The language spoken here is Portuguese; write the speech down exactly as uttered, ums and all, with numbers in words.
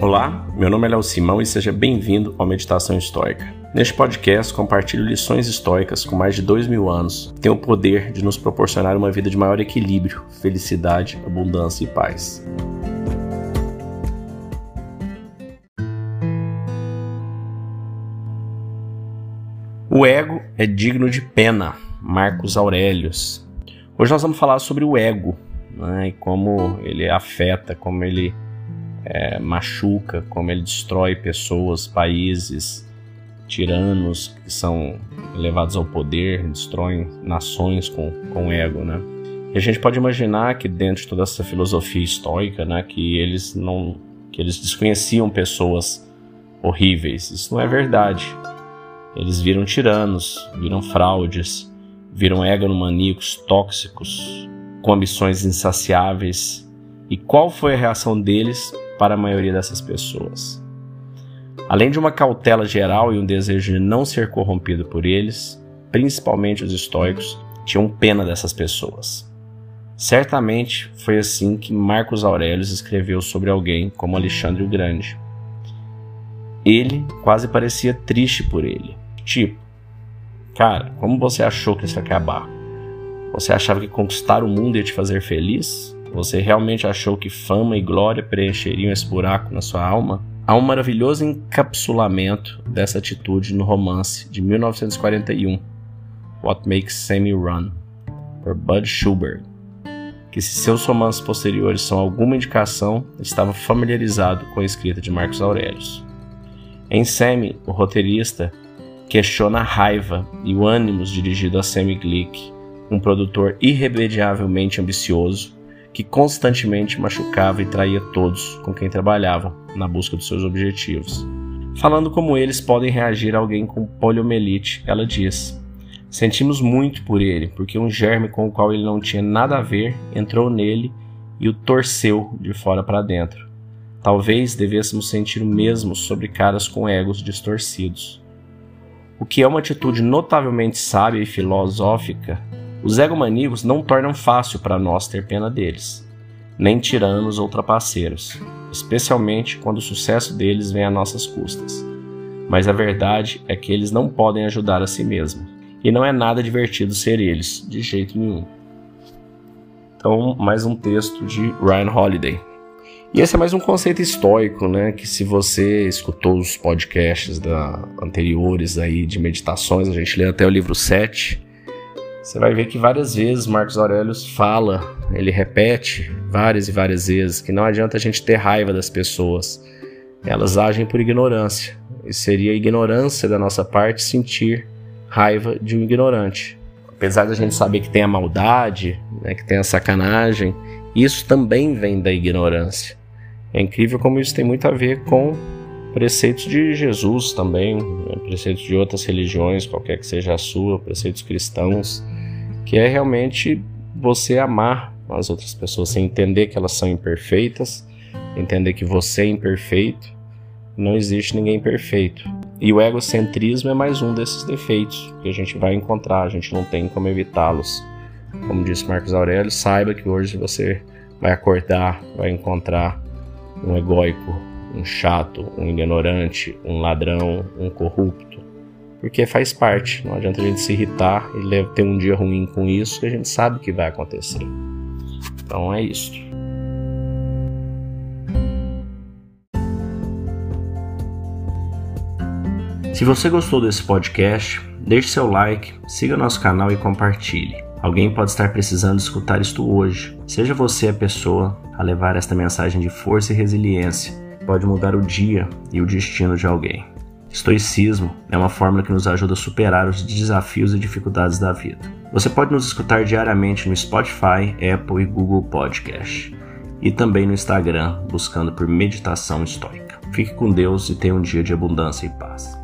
Olá, meu nome é Léo Simão e seja bem-vindo ao Meditação Estoica. Neste podcast, compartilho lições estoicas com mais de dois mil anos que têm o poder de nos proporcionar uma vida de maior equilíbrio, felicidade, abundância e paz. O ego é digno de pena, Marcos Aurelius. Hoje nós vamos falar sobre o ego, né, e como ele afeta, como ele é, machuca, como ele destrói pessoas, países, tiranos que são levados ao poder, destroem nações com, com o ego, né? E a gente pode imaginar que dentro de toda essa filosofia estoica, né, que eles não, que eles desconheciam pessoas horríveis. Isso não é verdade. Eles viram tiranos, viram fraudes, viram eganomaníacos tóxicos, com ambições insaciáveis. E qual foi a reação deles para a maioria dessas pessoas? Além de uma cautela geral e um desejo de não ser corrompido por eles, principalmente os estoicos, tinham pena dessas pessoas. Certamente foi assim que Marcos Aurelius escreveu sobre alguém como Alexandre o Grande. Ele quase parecia triste por ele. Tipo, cara, como você achou que isso ia acabar? Você achava que conquistar o mundo ia te fazer feliz? Você realmente achou que fama e glória preencheriam esse buraco na sua alma? Há um maravilhoso encapsulamento dessa atitude no romance de mil novecentos e quarenta e um, What Makes Sammy Run, por Budd Schubert, que se seus romances posteriores são alguma indicação, estava familiarizado com a escrita de Marcos Aurelius. Em Sammy, o roteirista questiona a raiva e o ânimos dirigido a Sammy Glick, um produtor irremediavelmente ambicioso que constantemente machucava e traía todos com quem trabalhavam na busca dos seus objetivos. Falando como eles podem reagir a alguém com poliomielite, ela diz: sentimos muito por ele, porque um germe com o qual ele não tinha nada a ver entrou nele e o torceu de fora para dentro. Talvez devêssemos sentir o mesmo sobre caras com egos distorcidos. O que é uma atitude notavelmente sábia e filosófica, os egomaníacos não tornam fácil para nós ter pena deles, nem tiranos ou trapaceiros, especialmente quando o sucesso deles vem a nossas custas. Mas a verdade é que eles não podem ajudar a si mesmos, e não é nada divertido ser eles, de jeito nenhum. Então, mais um texto de Ryan Holiday. E esse é mais um conceito estoico, né, que se você escutou os podcasts da, anteriores aí de meditações, a gente lê até o livro sete, você vai ver que várias vezes Marcos Aurelius fala, ele repete várias e várias vezes que não adianta a gente ter raiva das pessoas, elas agem por ignorância, e seria ignorância da nossa parte sentir raiva de um ignorante. Apesar da gente saber que tem a maldade, né, que tem a sacanagem, isso também vem da ignorância. É incrível como isso tem muito a ver com preceitos de Jesus também, né, preceitos de outras religiões, qualquer que seja a sua, preceitos cristãos, que é realmente você amar as outras pessoas, você entender que elas são imperfeitas, entender que você é imperfeito, não existe ninguém perfeito. E o egocentrismo é mais um desses defeitos que a gente vai encontrar, a gente não tem como evitá-los. Como disse Marcos Aurelius, saiba que hoje você vai acordar, vai encontrar um egóico, um chato, um ignorante, um ladrão, um corrupto. Porque faz parte, não adianta a gente se irritar e ter um dia ruim com isso, que a gente sabe que vai acontecer. Então é isso. Se você gostou desse podcast, deixe seu like, siga nosso canal e compartilhe. Alguém pode estar precisando escutar isto hoje. Seja você a pessoa a levar esta mensagem de força e resiliência. Pode mudar o dia e o destino de alguém. Estoicismo é uma fórmula que nos ajuda a superar os desafios e dificuldades da vida. Você pode nos escutar diariamente no Spotify, Apple e Google Podcast. E também no Instagram, buscando por Meditação Estoica. Fique com Deus e tenha um dia de abundância e paz.